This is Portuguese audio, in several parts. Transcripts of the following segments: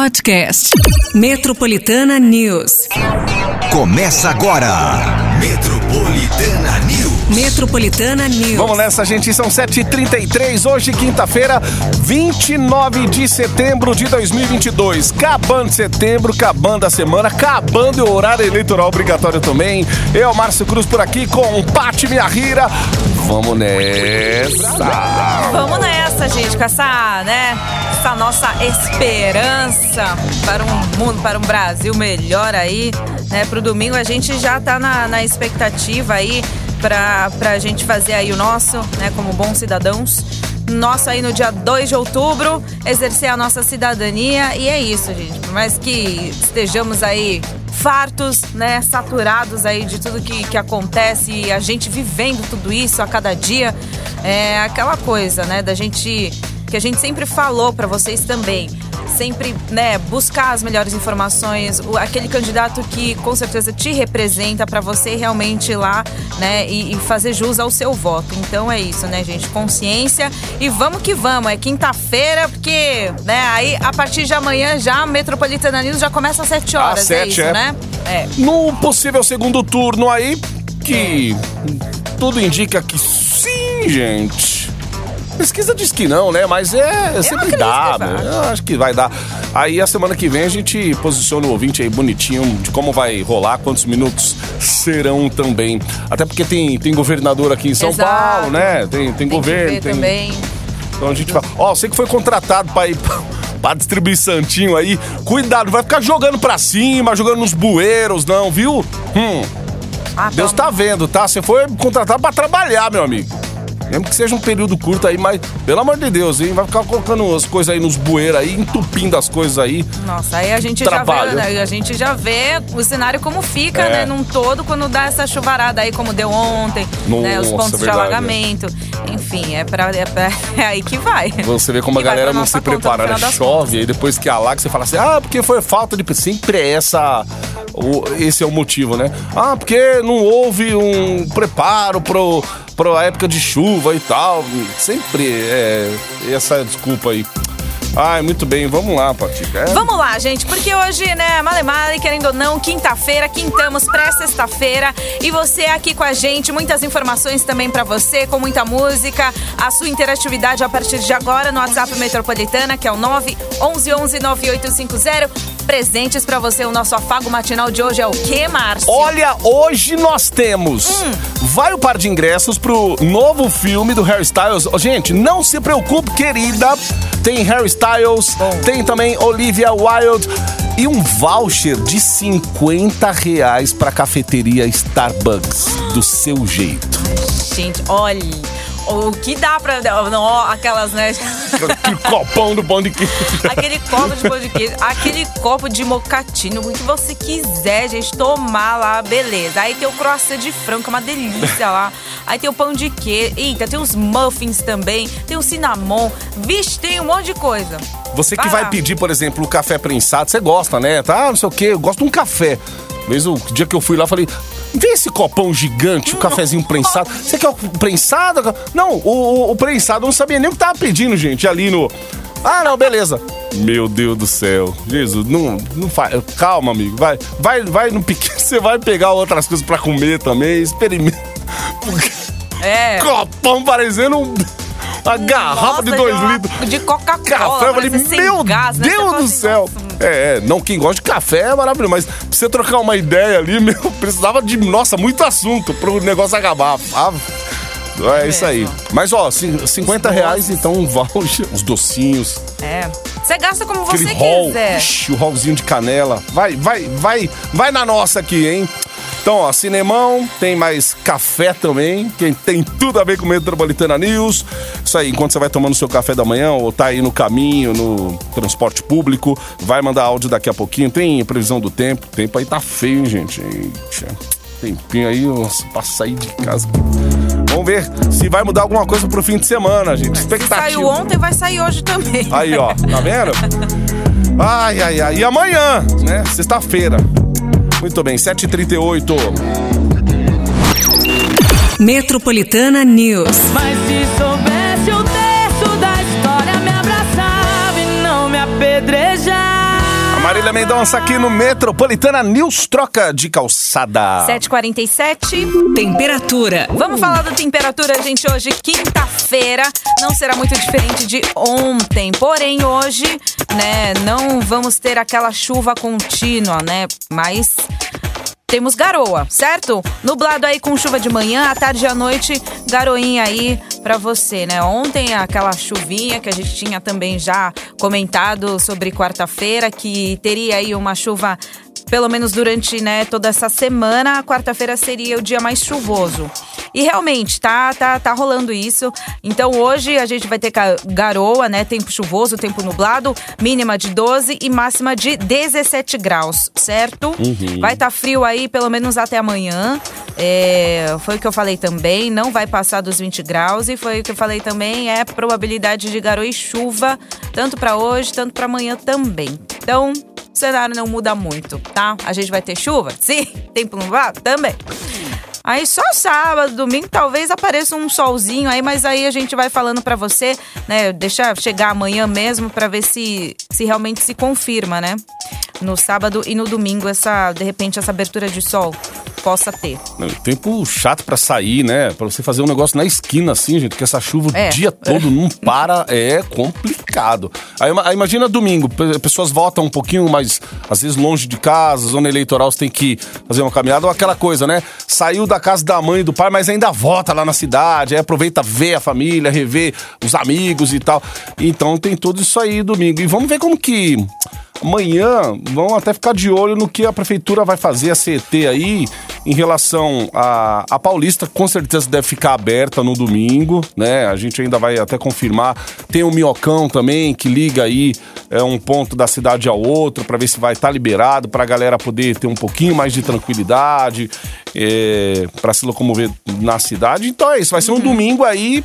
podcast. Metropolitana News. Começa agora. Metropolitana News. Metropolitana News. Vamos nessa, gente. São 7h33. Hoje, quinta-feira, 29 de setembro de 2022. Acabando setembro, acabando a semana, acabando o horário eleitoral obrigatório também. Eu, Márcio Cruz, por aqui com Pati Miyahira. Vamos nessa. Vamos nessa, gente, com essa nossa esperança para um mundo, para um Brasil melhor aí, né? Pro domingo a gente já tá na expectativa aí pra gente fazer aí o nosso, né, como bons cidadãos. Nosso aí no dia 2 de outubro, exercer a nossa cidadania. E é isso, gente. Por mais que estejamos aí fartos, né, saturados aí de tudo que acontece e a gente vivendo tudo isso a cada dia, é aquela coisa, né, que a gente sempre falou pra vocês também. Sempre, né, buscar as melhores informações, aquele candidato que com certeza te representa pra você realmente ir lá, né, e fazer jus ao seu voto. Então é isso, né, gente? Consciência e vamos que vamos. É quinta-feira, porque, né, aí a partir de amanhã já a Metropolitana News já começa às 7 horas. Às 7, é isso, né? É. No possível segundo turno aí, que tudo indica que sim, gente. Pesquisa diz que não, né? Mas sempre dá, né? Eu acho que vai dar. Aí a semana que vem a gente posiciona o ouvinte aí bonitinho de como vai rolar, quantos minutos serão também. Até porque tem governador aqui em São Paulo, né? Tem governo. Tem também. Então a gente vai. Você que foi contratado pra ir pra distribuir santinho aí, cuidado, não vai ficar jogando pra cima, jogando nos bueiros, não, viu? Deus tá vendo, tá? Você foi contratado pra trabalhar, meu amigo. Mesmo que seja um período curto aí, mas pelo amor de Deus, hein? Vai ficar colocando as coisas aí nos bueiros aí, entupindo as coisas aí. Nossa, aí a gente já vê, né? A gente já vê o cenário como fica, né? Num todo, quando dá essa chuvarada aí, como deu ontem, né? Os pontos de alagamento. Enfim, é aí que vai. Você vê como a galera não se prepara, né? Chove, aí depois que alaga, você fala assim, porque foi falta de... Sempre é esse é o motivo, né? Porque não houve um preparo pra época de chuva e tal. Sempre é essa desculpa aí. Muito bem, vamos lá, Patica. Vamos lá, gente, porque hoje, né, male, querendo ou não, quinta-feira, quintamos pré-sexta-feira, e você aqui com a gente, muitas informações também pra você, com muita música, a sua interatividade a partir de agora no WhatsApp Metropolitana, que é o 911-9850. Presentes pra você, o nosso afago matinal de hoje é o quê, Márcio? Olha, hoje nós temos vai o par de ingressos pro novo filme do Harry Styles. Gente, não se preocupe, querida, tem Harry Styles, tem também Olivia Wilde e um voucher de R$50 pra cafeteria Starbucks, do seu jeito. Ai, gente, olha... O que dá pra... aquelas, né? Aquele copão do pão de queijo. Aquele copo de pão de queijo. Aquele copo de mocatino. O que você quiser, gente, tomar lá, beleza. Aí tem o croissant de frango, que é uma delícia lá. Aí tem o pão de queijo. Eita, tem os muffins também. Tem o cinnamon. Vixe, tem um monte de coisa. Você que vai pedir, por exemplo, o café prensado. Você gosta, né? Não sei o quê. Eu gosto de um café. Mesmo o dia que eu fui lá, eu falei... Vê esse copão gigante, o cafezinho prensado. Você quer o prensado? Não, o prensado eu não sabia nem o que tava pedindo, gente, ali no... não, beleza. Meu Deus do céu. Jesus, não faz... Calma, amigo, vai no pequeno. Você vai pegar outras coisas pra comer também, experimenta. Copão parecendo uma garrafa de 2 litros. De Coca-Cola. Café, eu falei, meu gás, né? Deus do céu. Não, quem gosta de café é maravilhoso, mas pra você trocar uma ideia ali, precisava de, muito assunto pro negócio acabar. É isso aí. Mas, R$50, então, um voucher, os docinhos. Você gasta como você quiser. O rollzinho de canela. Vai na nossa aqui, hein? Então, cinemão, tem mais café também, que tem tudo a ver com o Metropolitana News. Isso aí, enquanto você vai tomando seu café da manhã ou tá aí no caminho, no transporte público, vai mandar áudio daqui a pouquinho. Tem previsão do tempo. O tempo aí tá feio, hein, gente? Eita, tempinho aí, pra sair de casa. Vamos ver se vai mudar alguma coisa pro fim de semana, gente. Expectativa. Se saiu ontem, vai sair hoje também. Aí, ó, tá vendo? Ai. E amanhã, né? Sexta-feira. Muito bem, 7h38. Metropolitana News. Mas se soubesse o terço da história, me abraçava e não me apedrejava. Marília Mendonça aqui no Metropolitana News, troca de calçada. 7h47. Temperatura. Vamos falar da temperatura, gente. Hoje, quinta-feira, não será muito diferente de ontem. Porém, hoje, né, não vamos ter aquela chuva contínua, né? Mas temos garoa, certo? Nublado aí com chuva de manhã, à tarde e à noite, garoinha aí pra você, né? Ontem aquela chuvinha que a gente tinha também já comentado sobre quarta-feira, que teria aí uma chuva pelo menos durante, né, toda essa semana. A quarta-feira seria o dia mais chuvoso. E realmente, tá rolando isso. Então hoje a gente vai ter garoa, né? Tempo chuvoso, tempo nublado, mínima de 12 e máxima de 17 graus, certo? Vai estar frio aí pelo menos até amanhã. Foi o que eu falei também, não vai passar dos 20 graus. E foi o que eu falei também, probabilidade de garoa e chuva, tanto para hoje, tanto para amanhã também. Então, o cenário não muda muito, tá? A gente vai ter chuva? Sim. Tempo nublado? Também. Aí só sábado, domingo, talvez apareça um solzinho aí, mas aí a gente vai falando pra você, né? Deixar chegar amanhã mesmo pra ver se realmente se confirma, né? No sábado e no domingo, de repente, essa abertura de sol possa ter. Tempo chato pra sair, né? Pra você fazer um negócio na esquina assim, gente, que essa chuva o dia todo não para, é complicado. Aí imagina domingo, pessoas voltam um pouquinho mais, às vezes longe de casa, zona eleitoral, você tem que fazer uma caminhada, ou aquela coisa, né? Saiu da casa da mãe e do pai, mas ainda volta lá na cidade, aí aproveita ver a família, rever os amigos e tal. Então tem tudo isso aí domingo. E vamos ver como que amanhã vão até ficar de olho no que a prefeitura vai fazer, a CET aí, em relação a Paulista. Com certeza deve ficar aberta no domingo, né? A gente ainda vai até confirmar. Tem o Minhocão também, que liga aí um ponto da cidade ao outro, para ver se vai estar liberado, pra galera poder ter um pouquinho mais de tranquilidade, para se locomover na cidade. Então é isso, vai ser um domingo aí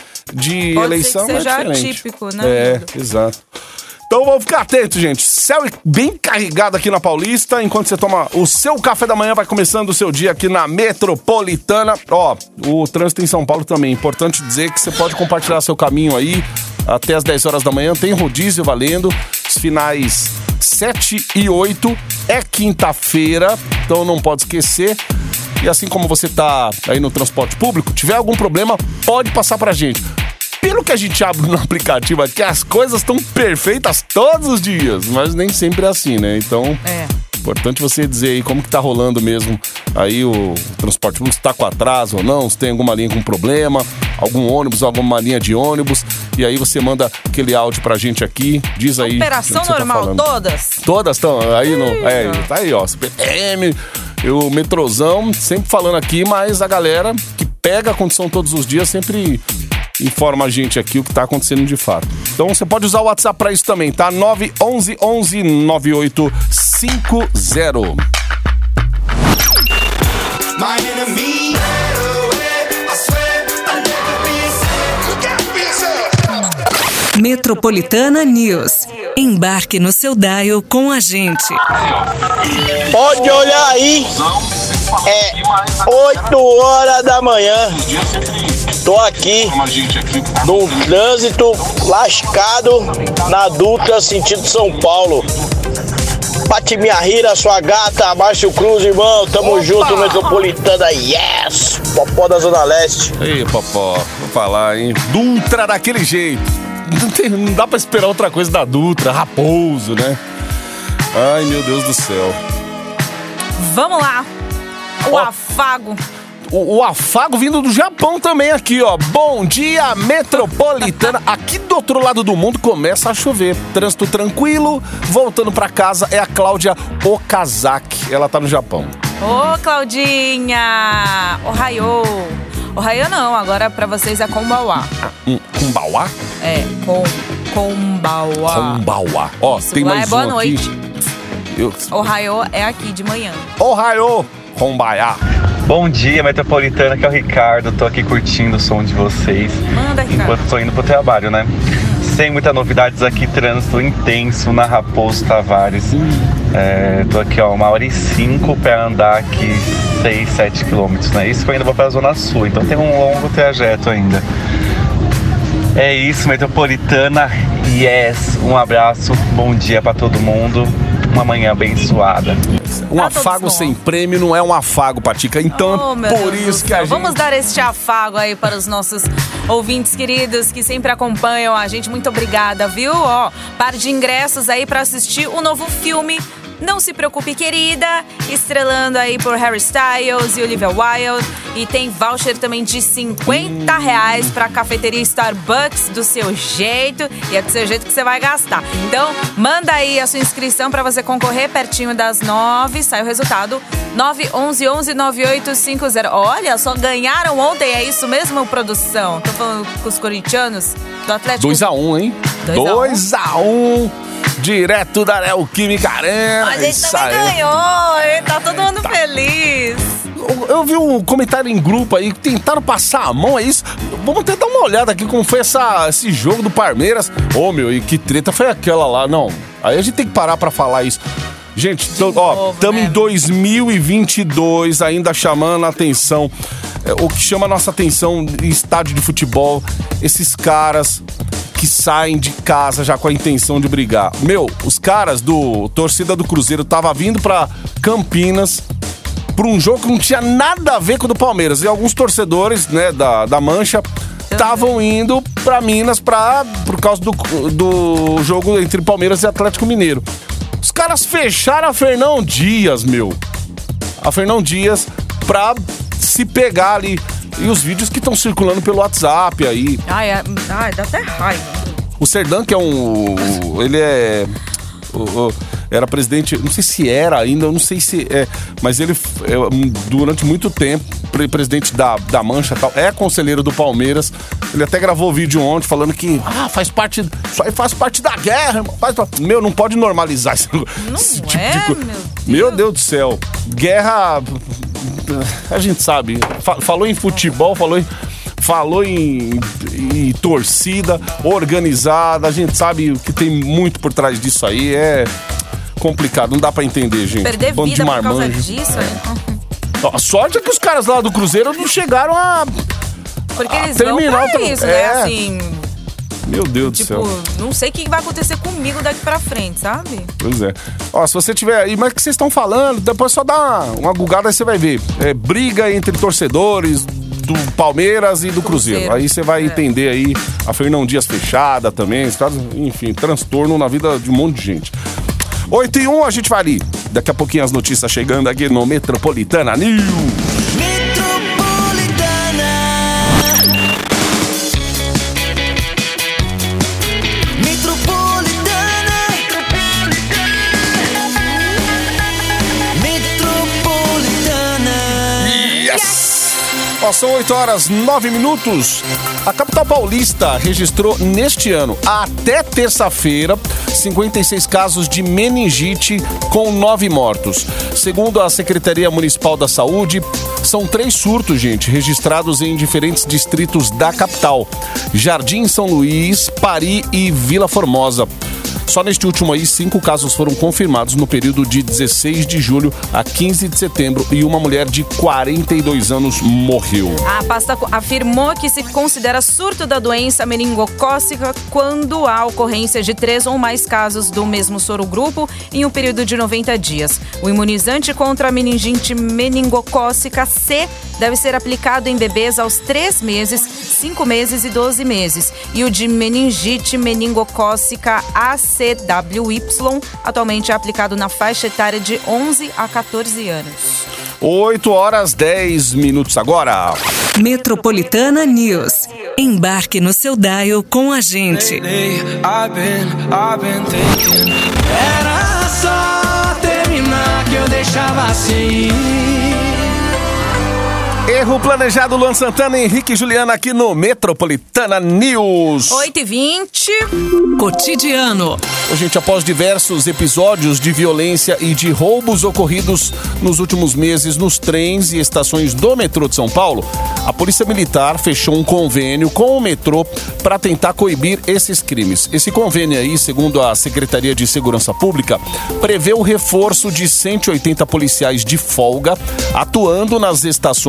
de pode eleição. Ser que seja atípico, né? Exato. Então vamos ficar atentos, gente. Céu bem carregado aqui na Paulista. Enquanto você toma o seu café da manhã, vai começando o seu dia aqui na Metropolitana. Ó, o trânsito em São Paulo também. Importante dizer que você pode compartilhar seu caminho aí até as 10 horas da manhã. Tem rodízio valendo. Os finais 7 e 8. É quinta-feira, então não pode esquecer. E assim como você tá aí no transporte público, tiver algum problema, pode passar pra gente. Pelo que a gente abre no aplicativo aqui, as coisas estão perfeitas todos os dias, mas nem sempre é assim, né? Então, importante você dizer aí como que tá rolando mesmo aí o transporte público, se tá com atraso ou não, se tem alguma linha com problema, algum ônibus, alguma linha de ônibus, e aí você manda aquele áudio pra gente aqui, diz aí... Operação normal, tá todas? Todas estão aí, tá aí, ó, CPTM, o metrozão, sempre falando aqui, mas a galera que pega a condição todos os dias sempre informa a gente aqui o que tá acontecendo de fato. Então você pode usar o WhatsApp pra isso também, tá? 911-9850. Metropolitana News. Embarque no seu dial com a gente. Pode olhar aí, 8 horas da manhã. Tô aqui num trânsito lascado na Dutra, sentido São Paulo. Pati Minha Rira, sua gata, Márcio Cruz, irmão, tamo junto, Metropolitana, yes! Popó da Zona Leste. Ei, Popó, vou falar, hein? Dutra daquele jeito. Não dá pra esperar outra coisa da Dutra, Raposo, né? Ai, meu Deus do céu. Vamos lá, o afago. O afago vindo do Japão também aqui, ó. Bom dia, Metropolitana. Aqui do outro lado do mundo começa a chover. Trânsito tranquilo. Voltando pra casa é a Cláudia Okazaki. Ela tá no Japão. Ô, Claudinha! Ohayô! Ohayô não, agora pra vocês é Konbawa. Konbawa? É, Konbawa. Konbawa. Ó, isso, tem lá mais é boa um noite. Aqui. Ohayô é aqui de manhã. Ohayô! Konbawa. Bom dia, Metropolitana, que é o Ricardo. Tô aqui curtindo o som de vocês. Manda, Ricardo. Enquanto tô indo pro trabalho, né? Sem muitas novidades aqui, trânsito intenso na Raposo Tavares. Tô aqui, ó, 1h05 pra andar aqui 6, 7 quilômetros, né? Isso que eu ainda vou pra Zona Sul, então tem um longo trajeto ainda. É isso, Metropolitana. Yes, um abraço, bom dia pra todo mundo. uma manhã abençoada. Um afago sem prêmio não é um afago, Patica. Então, por isso que a gente... Vamos dar este afago aí para os nossos ouvintes queridos que sempre acompanham a gente. Muito obrigada, viu? Ó, par de ingressos aí para assistir o novo filme Não Se Preocupe, Querida, estrelando aí por Harry Styles e Olivia Wilde. E tem voucher também de R$50 pra cafeteria Starbucks, do seu jeito. E é do seu jeito que você vai gastar. Então, manda aí a sua inscrição pra você concorrer pertinho das 9. Sai o resultado 911-9850. Olha, só ganharam ontem, é isso mesmo, produção? Tô falando com os corintianos do Atlético. 2-1, hein? 2-1. Direto da Neoquímica Arena. A gente também ganhou, hein? Tá todo mundo feliz. Eu vi um comentário em grupo aí, tentaram passar a mão, é isso? Vamos até dar uma olhada aqui como foi esse jogo do Palmeiras. Meu, e que treta foi aquela lá? Não, aí a gente tem que parar pra falar isso. Gente, estamos em 2022, ainda chamando a atenção. O que chama a nossa atenção em estádio de futebol, esses caras que saem de casa já com a intenção de brigar. Os caras do torcida do Cruzeiro tava vindo pra Campinas pra um jogo que não tinha nada a ver com o do Palmeiras. E alguns torcedores, né, da Mancha estavam indo pra Minas por causa do jogo entre Palmeiras e Atlético Mineiro. Os caras fecharam a Fernão Dias, A Fernão Dias pra se pegar ali. E os vídeos que estão circulando pelo WhatsApp aí. Ai, dá até raiva. O Serdã, que é ele é... era presidente, não sei se era ainda, eu não sei se é, mas ele durante muito tempo, presidente da Mancha e tal, é conselheiro do Palmeiras. Ele até gravou o vídeo ontem falando que isso aí faz parte da guerra, irmão. Não pode normalizar esse tipo de coisa. Meu Deus do céu. Guerra, a gente sabe, falou em futebol, falou em torcida organizada, a gente sabe que tem muito por trás disso aí, é complicado, não dá pra entender, gente. Perder Bando vida de por causa marmanjo. disso, né? A sorte é que os caras lá do Cruzeiro não chegaram a Porque eles terminar vão pra isso, né? Assim, meu Deus do céu. Não sei o que vai acontecer comigo daqui pra frente, sabe? Pois é. Se você tiver aí, mas o que vocês estão falando, depois só dá uma gugada aí você vai ver. Briga entre torcedores do Palmeiras e do Cruzeiro. Aí você vai entender aí a Fernão Dias fechada também, enfim, transtorno na vida de um monte de gente. 8h01, a gente vai ali. Daqui a pouquinho as notícias chegando aqui no Metropolitana News. São 8h09. A capital paulista registrou neste ano, até terça-feira, 56 casos de meningite com 9 mortos. Segundo a Secretaria Municipal da Saúde, são 3 surtos, gente, registrados em diferentes distritos da capital: Jardim São Luís, Pari e Vila Formosa. Só neste último aí, 5 casos foram confirmados no período de 16 de julho a 15 de setembro e uma mulher de 42 anos morreu. A pasta afirmou que se considera surto da doença meningocócica quando há ocorrência de 3 ou mais casos do mesmo sorogrupo em um período de 90 dias. O imunizante contra a meningite meningocócica C deve ser aplicado em bebês aos 3 meses, 5 meses e 12 meses. E o de meningite meningocócica ACWY atualmente é aplicado na faixa etária de 11 a 14 anos. 8h10 agora. Metropolitana News. Embarque no seu dial com a gente. Era só terminar que eu deixava assim. Erro planejado, Luan Santana, Henrique e Juliana aqui no Metropolitana News. 8h20. Cotidiano. Gente, após diversos episódios de violência e de roubos ocorridos nos últimos meses nos trens e estações do metrô de São Paulo, a Polícia Militar fechou um convênio com o metrô para tentar coibir esses crimes. Esse convênio aí, segundo a Secretaria de Segurança Pública, prevê o reforço de 180 policiais de folga atuando nas estações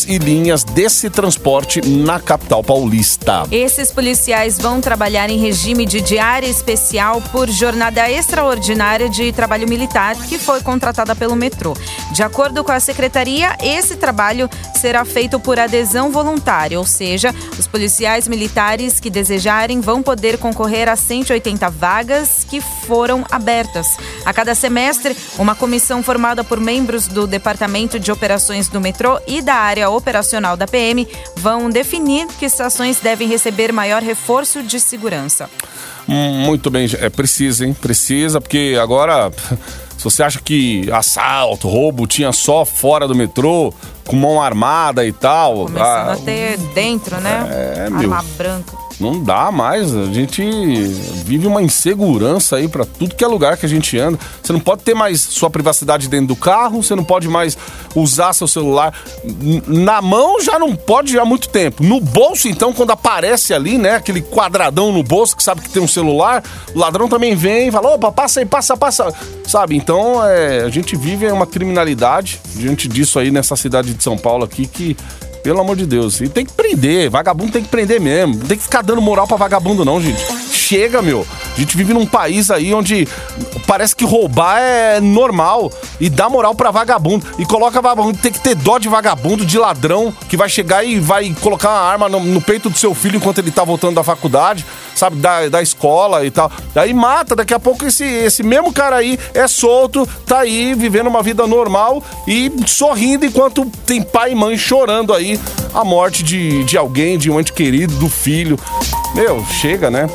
e linhas desse transporte na capital paulista. Esses policiais vão trabalhar em regime de diária especial por jornada extraordinária de trabalho militar que foi contratada pelo metrô. De acordo com a secretaria, esse trabalho será feito por adesão voluntária, ou seja, os policiais militares que desejarem vão poder concorrer a 180 vagas que foram abertas. A cada semestre, uma comissão formada por membros do Departamento de Operações do Metrô e da área operacional da PM vão definir que estações devem receber maior reforço de segurança. Muito bem, precisa, hein? Precisa, porque agora, se você acha que assalto, roubo tinha só fora do metrô, com mão armada e tal... Começando a ter dentro, né? Arma branca. Não dá mais, a gente vive uma insegurança aí pra tudo que é lugar que a gente anda. Você não pode ter mais sua privacidade dentro do carro, você não pode mais usar seu celular. Na mão já não pode há muito tempo. No bolso, então, quando aparece ali, né, aquele quadradão no bolso que sabe que tem um celular, o ladrão também vem e fala, opa, passa aí, passa. Sabe, então a gente vive uma criminalidade diante disso aí nessa cidade de São Paulo aqui que... Pelo amor de Deus, e tem que prender, vagabundo tem que prender mesmo, não tem que ficar dando moral pra vagabundo não, gente. Chega, meu. A gente vive num país aí onde parece que roubar é normal e dá moral pra vagabundo. E coloca vagabundo, tem que ter dó de vagabundo, de ladrão, que vai chegar e vai colocar uma arma no peito do seu filho enquanto ele tá voltando da faculdade, sabe, da escola e tal. Daí mata, daqui a pouco esse mesmo cara aí é solto, tá aí vivendo uma vida normal e sorrindo enquanto tem pai e mãe chorando aí a morte de alguém, de um ente querido, do filho. Meu, chega, né?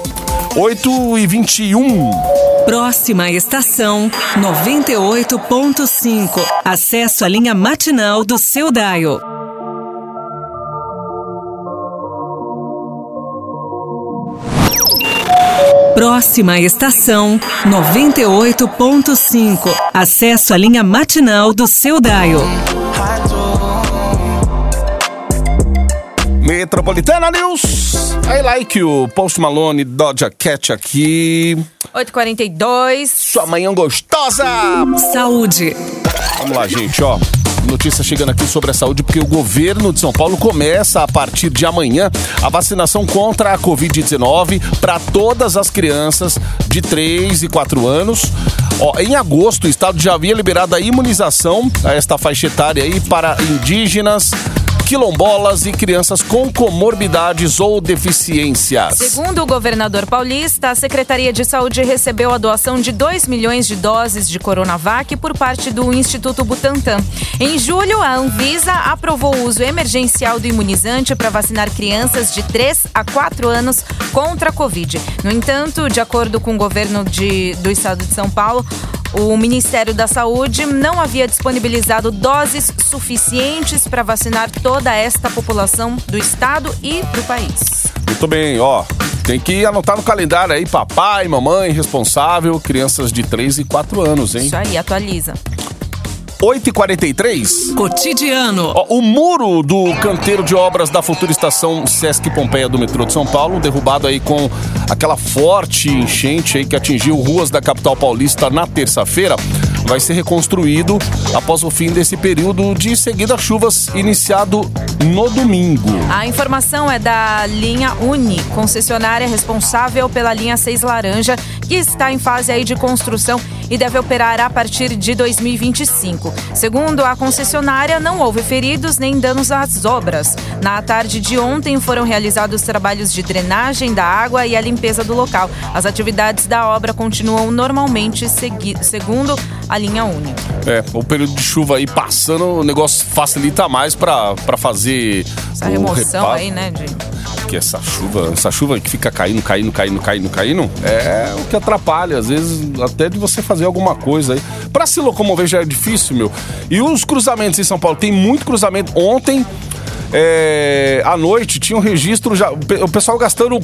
8h21. Próxima estação, 98.5. Acesso à linha matinal do seu dial. Próxima estação, 98.5. Acesso à linha matinal do seu dial. Metropolitana News. I like o Post Malone, Doja Cat aqui. 8h42. Sua manhã gostosa. Saúde. Vamos lá, gente, ó. Notícia chegando aqui sobre a saúde, porque o governo de São Paulo começa a partir de amanhã a vacinação contra a Covid-19 para todas as crianças de 3 e 4 anos. Ó, em agosto, o estado já havia liberado a imunização a esta faixa etária aí para indígenas, quilombolas e crianças com comorbidades ou deficiências. Segundo o governador paulista, a Secretaria de Saúde recebeu a doação de 2 milhões de doses de Coronavac por parte do Instituto Butantan. Em julho, a Anvisa aprovou o uso emergencial do imunizante para vacinar crianças de 3 a 4 anos contra a Covid. No entanto, de acordo com o governo do estado de São Paulo, o Ministério da Saúde não havia disponibilizado doses suficientes para vacinar toda esta população do estado e do país. Muito bem, ó. Tem que anotar no calendário aí, papai, mamãe, responsável, crianças de 3 e 4 anos, hein? Isso aí, atualiza. 8h43. Cotidiano. Ó, o muro do canteiro de obras da futura estação Sesc Pompeia do metrô de São Paulo, derrubado aí com aquela forte enchente aí que atingiu ruas da capital paulista na terça-feira, vai ser reconstruído após o fim desse período de seguidas chuvas iniciado no domingo. A informação é da linha Uni, concessionária responsável pela linha 6 Laranja, que está em fase aí de construção e deve operar a partir de 2025. Segundo a concessionária, não houve feridos nem danos às obras. Na tarde de ontem foram realizados trabalhos de drenagem da água e a limpeza do local. As atividades da obra continuam normalmente, segundo a linha Uni. O período de chuva aí passando, o negócio facilita mais para fazer essa remoção aí, né? Porque essa chuva que fica caindo, é o que atrapalha, às vezes, até de você fazer alguma coisa aí. Pra se locomover já é difícil, meu. E os cruzamentos em São Paulo, tem muito cruzamento. Ontem, à noite, tinha um registro, já, o pessoal gastando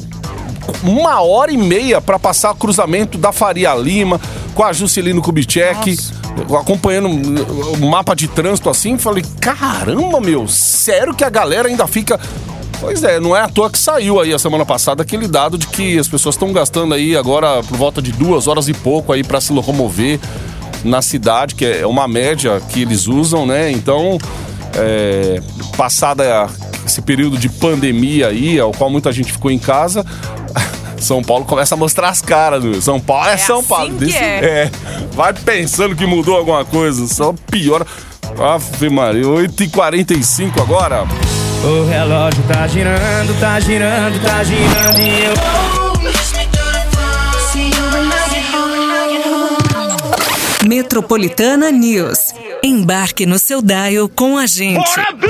1h30 pra passar o cruzamento da Faria Lima com a Juscelino Kubitschek. Acompanhando o mapa de trânsito assim, falei, caramba, meu, sério que a galera ainda fica... Pois é, não é à toa que saiu aí a semana passada aquele dado de que as pessoas estão gastando aí agora por volta de 2 horas e pouco aí pra se locomover na cidade, que é uma média que eles usam, né? Então, passada esse período de pandemia aí, ao qual muita gente ficou em casa, São Paulo começa a mostrar as caras, meu. São Paulo é São Paulo. Vai pensando que mudou alguma coisa, só piora. Ave Maria, 8h45 agora. O relógio tá girando, tá girando, tá girando e eu... Metropolitana News. Embarque no seu dial com a gente.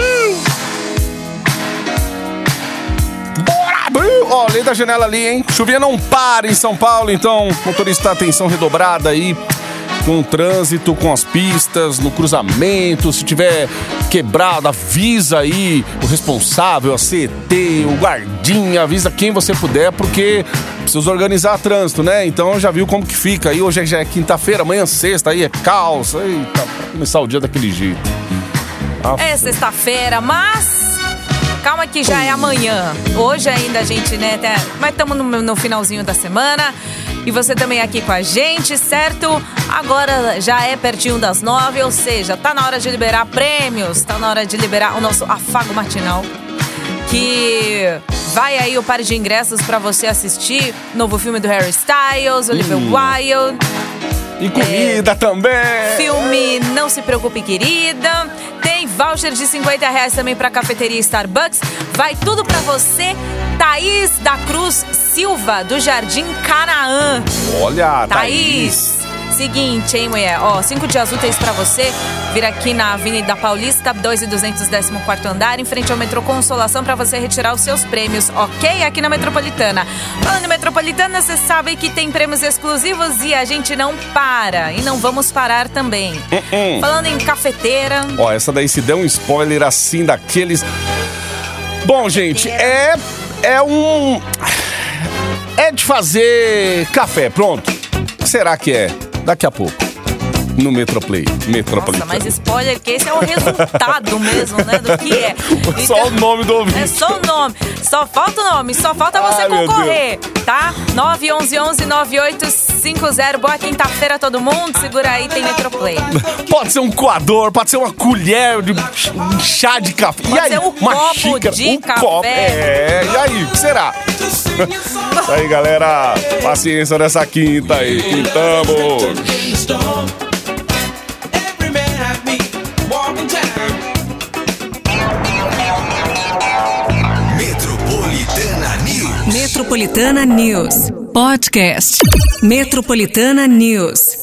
Ó, lei da janela ali, hein? Chuvinha não para em São Paulo, então motorista, atenção redobrada aí com o trânsito, com as pistas, no cruzamento. Se tiver quebrado, avisa aí o responsável, a CET, o guardinha, avisa quem você puder, porque precisa organizar trânsito, né? Então já viu como que fica aí. Hoje já é quinta-feira, amanhã sexta, aí é caos. Eita, pra começar o dia daquele jeito. É sexta-feira, mas... calma que já é amanhã. Hoje ainda a gente, né, mas estamos no finalzinho da semana. E você também aqui com a gente, certo? Agora já é pertinho das 9, ou seja, tá na hora de liberar prêmios, tá na hora de liberar o nosso afago matinal. Que vai aí o par de ingressos pra você assistir novo filme do Harry Styles, Olivia Wilde. E comida também. Filme Não Se Preocupe, Querida. Tem voucher de R$50 também pra cafeteria Starbucks. Vai tudo pra você. Thaís da Cruz Silva, do Jardim Canaã. Olha, Thaís. Seguinte, hein, mulher? Ó, 5 dias úteis pra você vir aqui na Avenida Paulista, 2.200, 14º andar, em frente ao metrô Consolação, pra você retirar os seus prêmios, ok? Aqui na Metropolitana. Falando em Metropolitana, você sabe que tem prêmios exclusivos e a gente não para. E não vamos parar também. Falando em cafeteira... Ó, essa daí se der um spoiler assim daqueles... Bom, gente, é de fazer café, pronto. O que será que é? Daqui a pouco, no Metroplay, Metropolitana. Nossa, mas spoiler que esse é o resultado mesmo, né, do que é. Então, só o nome do ouvinte. É só o nome, só falta o nome, só falta você concorrer, tá? 911-9850, boa quinta-feira a todo mundo, segura aí, tem Metroplay. Pode ser um coador, pode ser uma colher de um chá de café. Pode ser um copo de café. E aí, o que será? Isso aí, galera, paciência nessa quinta aí, quintamos. Metropolitana News. Metropolitana News. Podcast. Metropolitana News.